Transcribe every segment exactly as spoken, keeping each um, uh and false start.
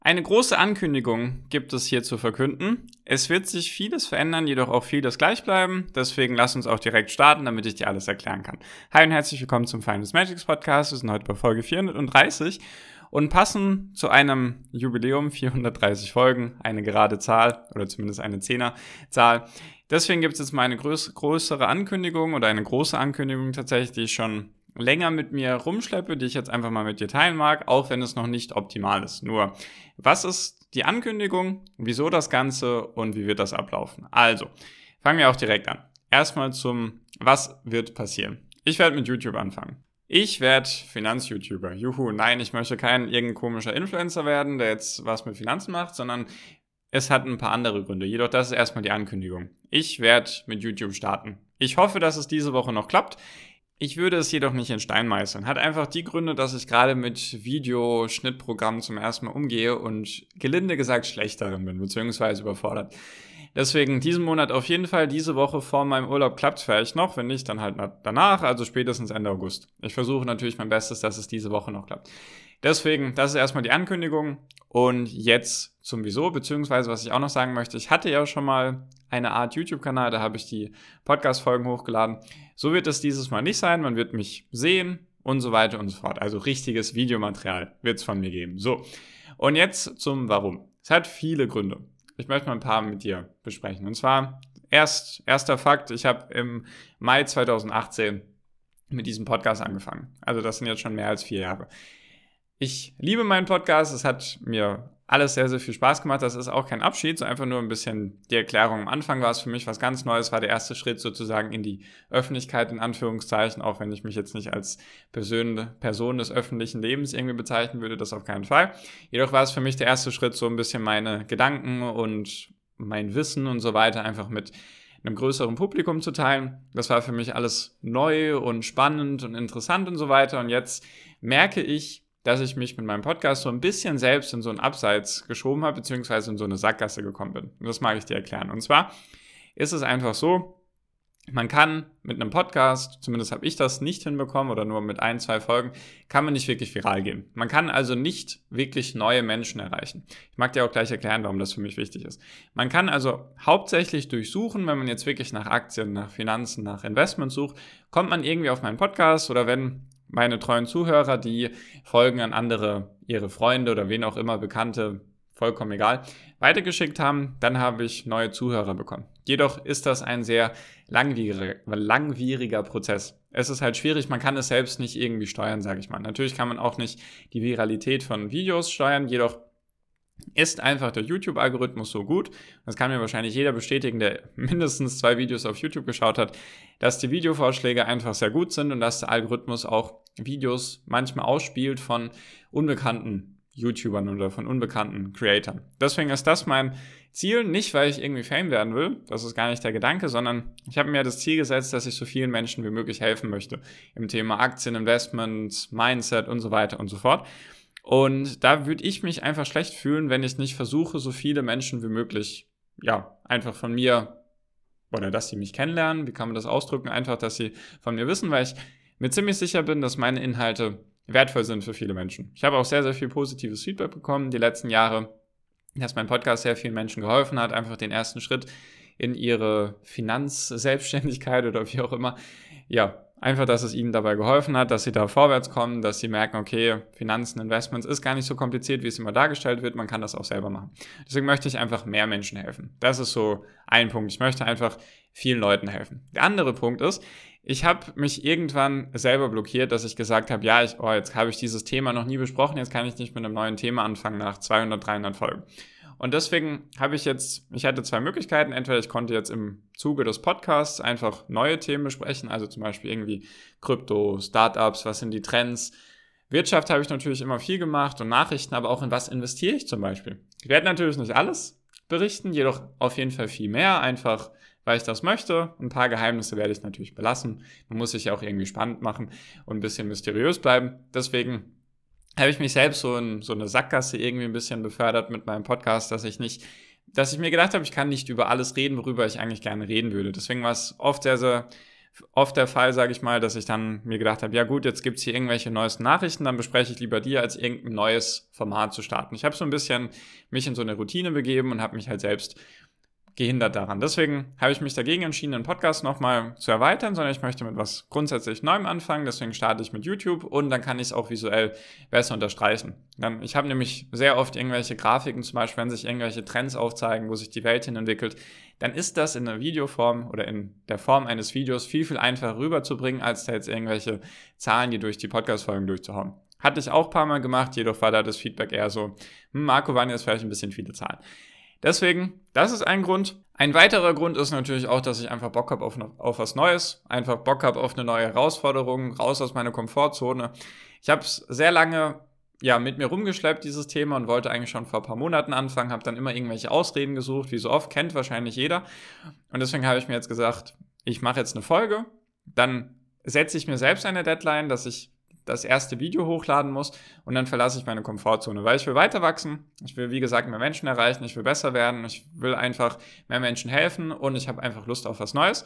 Eine große Ankündigung gibt es hier zu verkünden. Es wird sich vieles verändern, jedoch auch vieles gleich bleiben. Deswegen lass uns auch direkt starten, damit ich dir alles erklären kann. Hi und herzlich willkommen zum Finance Magics Podcast. Wir sind heute bei Folge vierhundertdreißig und passen zu einem Jubiläum, vierhundertdreißig Folgen, eine gerade Zahl oder zumindest eine Zehnerzahl. Deswegen gibt es jetzt mal eine größ- größere Ankündigung oder eine große Ankündigung tatsächlich, die ich schon länger mit mir rumschleppe, die ich jetzt einfach mal mit dir teilen mag, auch wenn es noch nicht optimal ist. Nur, was ist die Ankündigung, wieso das Ganze und wie wird das ablaufen? Also, fangen wir auch direkt an. Erstmal zum, was wird passieren? Ich werde mit YouTube anfangen. Ich werde Finanz-YouTuber. Juhu, nein, ich möchte kein irgendein komischer Influencer werden, der jetzt was mit Finanzen macht, sondern es hat ein paar andere Gründe. Jedoch, das ist erstmal die Ankündigung. Ich werde mit YouTube starten. Ich hoffe, dass es diese Woche noch klappt. Ich würde es jedoch nicht in Stein meißeln. Hat einfach die Gründe, dass ich gerade mit Videoschnittprogrammen zum ersten Mal umgehe und gelinde gesagt schlecht darin bin, beziehungsweise überfordert. Deswegen diesen Monat auf jeden Fall, diese Woche vor meinem Urlaub klappt es vielleicht noch, wenn nicht, dann halt danach, also spätestens Ende August. Ich versuche natürlich mein Bestes, dass es diese Woche noch klappt. Deswegen, das ist erstmal die Ankündigung und jetzt zum Wieso, beziehungsweise was ich auch noch sagen möchte, ich hatte ja schon mal eine Art YouTube-Kanal, da habe ich die Podcast-Folgen hochgeladen. So wird es dieses Mal nicht sein, man wird mich sehen und so weiter und so fort. Also richtiges Videomaterial wird es von mir geben. So, und jetzt zum Warum. Es hat viele Gründe. Ich möchte mal ein paar mit dir besprechen. Und zwar, erst, erster Fakt, ich habe im Mai zweitausendachtzehn mit diesem Podcast angefangen. Also das sind jetzt schon mehr als vier Jahre. Ich liebe meinen Podcast, es hat mir alles sehr, sehr viel Spaß gemacht. Das ist auch kein Abschied, so einfach nur ein bisschen die Erklärung. Am Anfang war es für mich was ganz Neues, war der erste Schritt sozusagen in die Öffentlichkeit, in Anführungszeichen, auch wenn ich mich jetzt nicht als Person, Person des öffentlichen Lebens irgendwie bezeichnen würde, das auf keinen Fall. Jedoch war es für mich der erste Schritt, so ein bisschen meine Gedanken und mein Wissen und so weiter einfach mit einem größeren Publikum zu teilen. Das war für mich alles neu und spannend und interessant und so weiter. Und jetzt merke ich, dass ich mich mit meinem Podcast so ein bisschen selbst in so ein Abseits geschoben habe, beziehungsweise in so eine Sackgasse gekommen bin. Und das mag ich dir erklären. Und zwar ist es einfach so, man kann mit einem Podcast, zumindest habe ich das nicht hinbekommen oder nur mit ein, zwei Folgen, kann man nicht wirklich viral gehen. Man kann also nicht wirklich neue Menschen erreichen. Ich mag dir auch gleich erklären, warum das für mich wichtig ist. Man kann also hauptsächlich durchsuchen, wenn man jetzt wirklich nach Aktien, nach Finanzen, nach Investments sucht, kommt man irgendwie auf meinen Podcast oder wenn meine treuen Zuhörer, die Folgen an andere, ihre Freunde oder wen auch immer, Bekannte, vollkommen egal, weitergeschickt haben, dann habe ich neue Zuhörer bekommen. Jedoch ist das ein sehr langwieriger, langwieriger Prozess. Es ist halt schwierig, man kann es selbst nicht irgendwie steuern, sage ich mal. Natürlich kann man auch nicht die Viralität von Videos steuern, jedoch ist einfach der YouTube-Algorithmus so gut, das kann mir wahrscheinlich jeder bestätigen, der mindestens zwei Videos auf YouTube geschaut hat, dass die Videovorschläge einfach sehr gut sind und dass der Algorithmus auch Videos manchmal ausspielt von unbekannten YouTubern oder von unbekannten Creatoren. Deswegen ist das mein Ziel, nicht weil ich irgendwie Fame werden will, das ist gar nicht der Gedanke, sondern ich habe mir das Ziel gesetzt, dass ich so vielen Menschen wie möglich helfen möchte im Thema Aktien, Investments, Mindset und so weiter und so fort. Und da würde ich mich einfach schlecht fühlen, wenn ich nicht versuche, so viele Menschen wie möglich, ja, einfach von mir, oder dass sie mich kennenlernen, wie kann man das ausdrücken, einfach, dass sie von mir wissen, weil ich mir ziemlich sicher bin, dass meine Inhalte wertvoll sind für viele Menschen. Ich habe auch sehr, sehr viel positives Feedback bekommen die letzten Jahre, dass mein Podcast sehr vielen Menschen geholfen hat, einfach den ersten Schritt in ihre Finanzselbstständigkeit oder wie auch immer, ja, einfach, dass es ihnen dabei geholfen hat, dass sie da vorwärts kommen, dass sie merken, okay, Finanzen, Investments ist gar nicht so kompliziert, wie es immer dargestellt wird, man kann das auch selber machen. Deswegen möchte ich einfach mehr Menschen helfen. Das ist so ein Punkt. Ich möchte einfach vielen Leuten helfen. Der andere Punkt ist, ich habe mich irgendwann selber blockiert, dass ich gesagt habe, ja, ich, oh, jetzt habe ich dieses Thema noch nie besprochen, jetzt kann ich nicht mit einem neuen Thema anfangen nach zweihundert, dreihundert Folgen. Und deswegen habe ich jetzt, ich hatte zwei Möglichkeiten, entweder ich konnte jetzt im Zuge des Podcasts einfach neue Themen besprechen, also zum Beispiel irgendwie Krypto, Startups, was sind die Trends. Wirtschaft habe ich natürlich immer viel gemacht und Nachrichten, aber auch in was investiere ich zum Beispiel. Ich werde natürlich nicht alles berichten, jedoch auf jeden Fall viel mehr, einfach weil ich das möchte. Ein paar Geheimnisse werde ich natürlich belassen. Man muss sich ja auch irgendwie spannend machen und ein bisschen mysteriös bleiben. Deswegen habe ich mich selbst so in so eine Sackgasse irgendwie ein bisschen befördert mit meinem Podcast, dass ich nicht, dass ich mir gedacht habe, ich kann nicht über alles reden, worüber ich eigentlich gerne reden würde. Deswegen war es oft sehr, sehr oft der Fall, sage ich mal, dass ich dann mir gedacht habe, ja gut, jetzt gibt es hier irgendwelche neuesten Nachrichten, dann bespreche ich lieber die, als irgendein neues Format zu starten. Ich habe so ein bisschen mich in so eine Routine begeben und habe mich halt selbst gehindert daran. Deswegen habe ich mich dagegen entschieden, den Podcast nochmal zu erweitern, sondern ich möchte mit was grundsätzlich Neuem anfangen. Deswegen starte ich mit YouTube und dann kann ich es auch visuell besser unterstreichen. Dann, ich habe nämlich sehr oft irgendwelche Grafiken, zum Beispiel, wenn sich irgendwelche Trends aufzeigen, wo sich die Welt hin entwickelt, dann ist das in der Videoform oder in der Form eines Videos viel, viel einfacher rüberzubringen, als da jetzt irgendwelche Zahlen, die durch die Podcast-Folgen durchzuhauen. Hatte ich auch ein paar Mal gemacht, jedoch war da das Feedback eher so, hm, Marco, waren jetzt vielleicht ein bisschen viele Zahlen. Deswegen, das ist ein Grund. Ein weiterer Grund ist natürlich auch, dass ich einfach Bock habe auf, auf was Neues, einfach Bock habe auf eine neue Herausforderung, raus aus meiner Komfortzone. Ich habe es sehr lange ja, mit mir rumgeschleppt, dieses Thema, und wollte eigentlich schon vor ein paar Monaten anfangen, habe dann immer irgendwelche Ausreden gesucht, wie so oft, kennt wahrscheinlich jeder. Und deswegen habe ich mir jetzt gesagt, ich mache jetzt eine Folge, dann setze ich mir selbst eine Deadline, dass ich das erste Video hochladen muss und dann verlasse ich meine Komfortzone, weil ich will weiter wachsen, ich will, wie gesagt, mehr Menschen erreichen, ich will besser werden, ich will einfach mehr Menschen helfen und ich habe einfach Lust auf was Neues.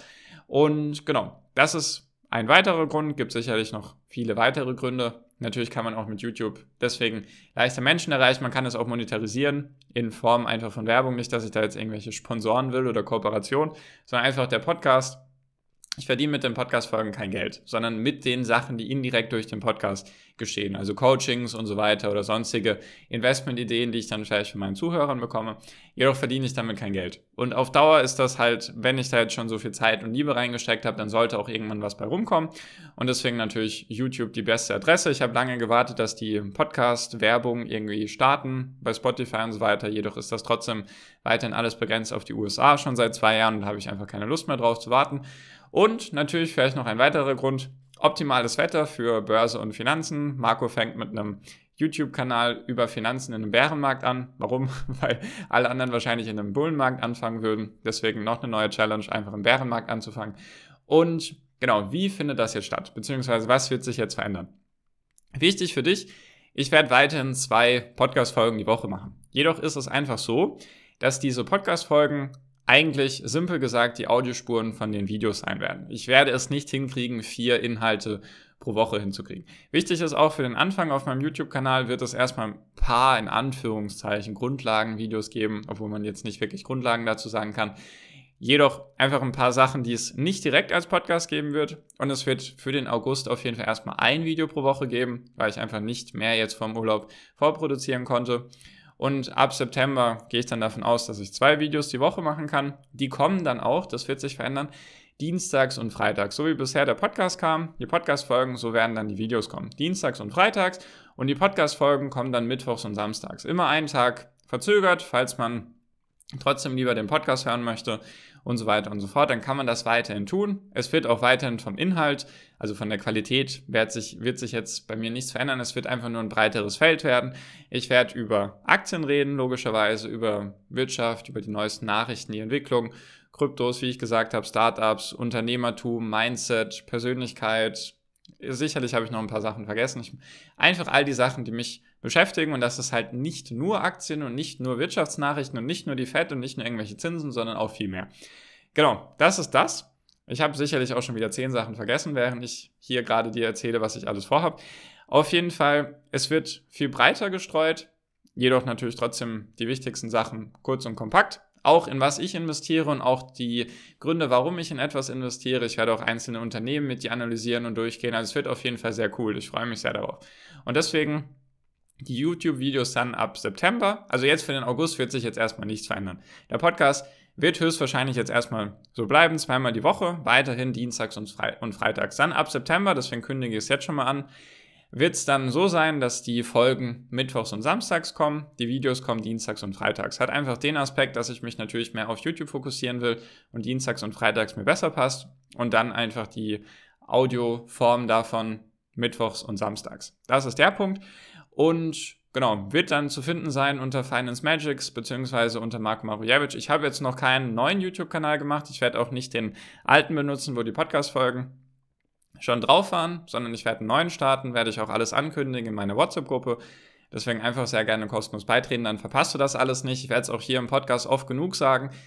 Und genau, das ist ein weiterer Grund, gibt sicherlich noch viele weitere Gründe. Natürlich kann man auch mit YouTube deswegen leichter Menschen erreichen, man kann es auch monetarisieren in Form einfach von Werbung, nicht, dass ich da jetzt irgendwelche Sponsoren will oder Kooperation, sondern einfach der Podcast. Ich verdiene mit den Podcast-Folgen kein Geld, sondern mit den Sachen, die indirekt durch den Podcast geschehen, also Coachings und so weiter oder sonstige Investmentideen, die ich dann vielleicht von meinen Zuhörern bekomme. Jedoch verdiene ich damit kein Geld. Und auf Dauer ist das halt, wenn ich da jetzt schon so viel Zeit und Liebe reingesteckt habe, dann sollte auch irgendwann was bei rumkommen. Und deswegen natürlich YouTube die beste Adresse. Ich habe lange gewartet, dass die Podcast-Werbung irgendwie starten bei Spotify und so weiter. Jedoch ist das trotzdem weiterhin alles begrenzt auf die U S A schon seit zwei Jahren und da habe ich einfach keine Lust mehr drauf zu warten. Und natürlich vielleicht noch ein weiterer Grund, optimales Wetter für Börse und Finanzen. Marco fängt mit einem YouTube-Kanal über Finanzen in einem Bärenmarkt an. Warum? Weil alle anderen wahrscheinlich in einem Bullenmarkt anfangen würden. Deswegen noch eine neue Challenge, einfach im Bärenmarkt anzufangen. Und genau, wie findet das jetzt statt? Beziehungsweise was wird sich jetzt verändern? Wichtig für dich, ich werde weiterhin zwei Podcast-Folgen die Woche machen. Jedoch ist es einfach so, dass diese Podcast-Folgen eigentlich, simpel gesagt, die Audiospuren von den Videos sein werden. Ich werde es nicht hinkriegen, vier Inhalte pro Woche hinzukriegen. Wichtig ist auch für den Anfang auf meinem YouTube-Kanal wird es erstmal ein paar, in Anführungszeichen, Grundlagen-Videos geben, obwohl man jetzt nicht wirklich Grundlagen dazu sagen kann. Jedoch einfach ein paar Sachen, die es nicht direkt als Podcast geben wird. Und es wird für den August auf jeden Fall erstmal ein Video pro Woche geben, weil ich einfach nicht mehr jetzt vom Urlaub vorproduzieren konnte. Und ab September gehe ich dann davon aus, dass ich zwei Videos die Woche machen kann. Die kommen dann auch, das wird sich verändern, dienstags und freitags. So wie bisher der Podcast kam, die Podcast-Folgen, so werden dann die Videos kommen. Dienstags und freitags und die Podcast-Folgen kommen dann mittwochs und samstags. Immer einen Tag verzögert, falls man trotzdem lieber den Podcast hören möchte und so weiter und so fort, dann kann man das weiterhin tun. Es wird auch weiterhin vom Inhalt, also von der Qualität, wird sich, wird sich jetzt bei mir nichts verändern. Es wird einfach nur ein breiteres Feld werden. Ich werde über Aktien reden, logischerweise, über Wirtschaft, über die neuesten Nachrichten, die Entwicklung, Kryptos, wie ich gesagt habe, Startups, Unternehmertum, Mindset, Persönlichkeit. Sicherlich habe ich noch ein paar Sachen vergessen. Ich, einfach all die Sachen, die mich beschäftigen, und das ist halt nicht nur Aktien und nicht nur Wirtschaftsnachrichten und nicht nur die Fed und nicht nur irgendwelche Zinsen, sondern auch viel mehr. Genau, das ist das. Ich habe sicherlich auch schon wieder zehn Sachen vergessen, während ich hier gerade dir erzähle, was ich alles vorhabe. Auf jeden Fall, es wird viel breiter gestreut, jedoch natürlich trotzdem die wichtigsten Sachen kurz und kompakt. Auch in was ich investiere und auch die Gründe, warum ich in etwas investiere. Ich werde auch einzelne Unternehmen mit dir analysieren und durchgehen. Also es wird auf jeden Fall sehr cool. Ich freue mich sehr darauf. Und deswegen die YouTube-Videos dann ab September. Also jetzt für den August wird sich jetzt erstmal nichts verändern. Der Podcast wird höchstwahrscheinlich jetzt erstmal so bleiben, zweimal die Woche, weiterhin dienstags und, Fre- und freitags. Dann ab September, deswegen kündige ich es jetzt schon mal an, wird es dann so sein, dass die Folgen mittwochs und samstags kommen, die Videos kommen dienstags und freitags. Hat einfach den Aspekt, dass ich mich natürlich mehr auf YouTube fokussieren will und dienstags und freitags mir besser passt und dann einfach die Audioform davon mittwochs und samstags. Das ist der Punkt. Und genau, wird dann zu finden sein unter Finance Magics beziehungsweise unter Marco Marujewicz. Ich habe jetzt noch keinen neuen YouTube-Kanal gemacht. Ich werde auch nicht den alten benutzen, wo die Podcast-Folgen schon drauf waren, sondern ich werde einen neuen starten, werde ich auch alles ankündigen in meiner WhatsApp-Gruppe. Deswegen einfach sehr gerne kostenlos beitreten, dann verpasst du das alles nicht. Ich werde es auch hier im Podcast oft genug sagen.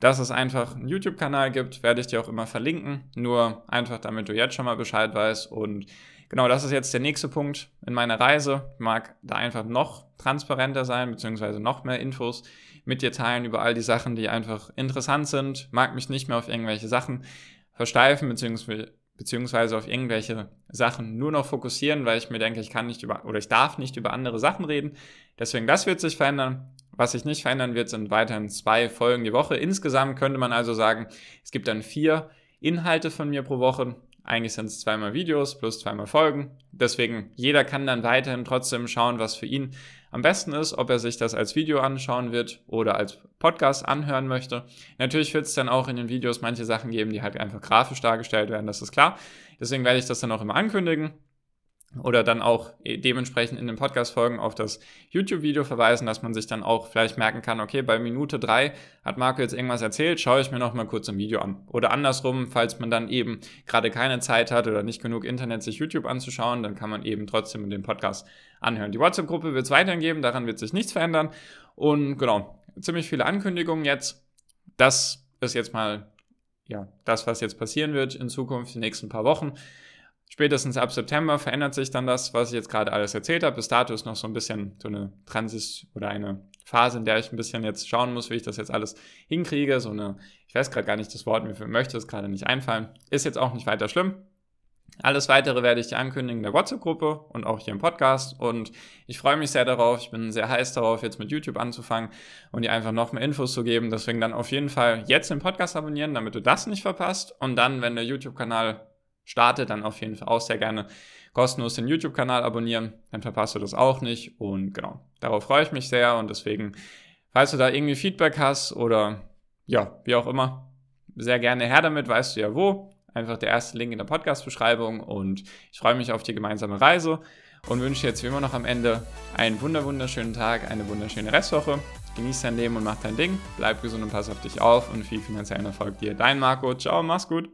dass es einfach einen YouTube-Kanal gibt, werde ich dir auch immer verlinken, nur einfach, damit du jetzt schon mal Bescheid weißt. Und genau, das ist jetzt der nächste Punkt in meiner Reise. Ich mag da einfach noch transparenter sein, beziehungsweise noch mehr Infos mit dir teilen über all die Sachen, die einfach interessant sind. Mag mich nicht mehr auf irgendwelche Sachen versteifen, beziehungsweise beziehungsweise auf irgendwelche Sachen nur noch fokussieren, weil ich mir denke, ich kann nicht über oder ich darf nicht über andere Sachen reden. Deswegen, das wird sich verändern. Was sich nicht verändern wird, sind weiterhin zwei Folgen die Woche. Insgesamt könnte man also sagen, es gibt dann vier Inhalte von mir pro Woche. Eigentlich sind es zweimal Videos plus zweimal Folgen. Deswegen, jeder kann dann weiterhin trotzdem schauen, was für ihn am besten ist, ob er sich das als Video anschauen wird oder als Podcast anhören möchte. Natürlich wird es dann auch in den Videos manche Sachen geben, die halt einfach grafisch dargestellt werden, das ist klar. Deswegen werde ich das dann auch immer ankündigen. Oder dann auch dementsprechend in den Podcast-Folgen auf das YouTube-Video verweisen, dass man sich dann auch vielleicht merken kann, okay, bei Minute drei hat Marco jetzt irgendwas erzählt, schaue ich mir noch mal kurz ein Video an. Oder andersrum, falls man dann eben gerade keine Zeit hat oder nicht genug Internet, sich YouTube anzuschauen, dann kann man eben trotzdem den Podcast anhören. Die WhatsApp-Gruppe wird es weiterhin geben, daran wird sich nichts verändern. Und genau, ziemlich viele Ankündigungen jetzt. Das ist jetzt mal ja das, was jetzt passieren wird in Zukunft, die nächsten paar Wochen. Spätestens ab September verändert sich dann das, was ich jetzt gerade alles erzählt habe. Bis dato ist noch so ein bisschen so eine Transis oder eine Phase, in der ich ein bisschen jetzt schauen muss, wie ich das jetzt alles hinkriege. So eine, ich weiß gerade gar nicht das Wort, mir möchte es gerade nicht einfallen. Ist jetzt auch nicht weiter schlimm. Alles Weitere werde ich dir ankündigen in der WhatsApp-Gruppe und auch hier im Podcast. Und ich freue mich sehr darauf. Ich bin sehr heiß darauf, jetzt mit YouTube anzufangen und dir einfach noch mehr Infos zu geben. Deswegen dann auf jeden Fall jetzt den Podcast abonnieren, damit du das nicht verpasst. Und dann, wenn der YouTube-Kanal startet, dann auf jeden Fall auch sehr gerne kostenlos den YouTube-Kanal abonnieren, dann verpasst du das auch nicht und genau, darauf freue ich mich sehr und deswegen, falls du da irgendwie Feedback hast oder ja, wie auch immer, sehr gerne her damit, weißt du ja wo, einfach der erste Link in der Podcast-Beschreibung und ich freue mich auf die gemeinsame Reise und wünsche jetzt wie immer noch am Ende einen wunder wunderschönen Tag, eine wunderschöne Restwoche, genieß dein Leben und mach dein Ding, bleib gesund und pass auf dich auf und viel finanziellen Erfolg dir, dein Marco, ciao, mach's gut.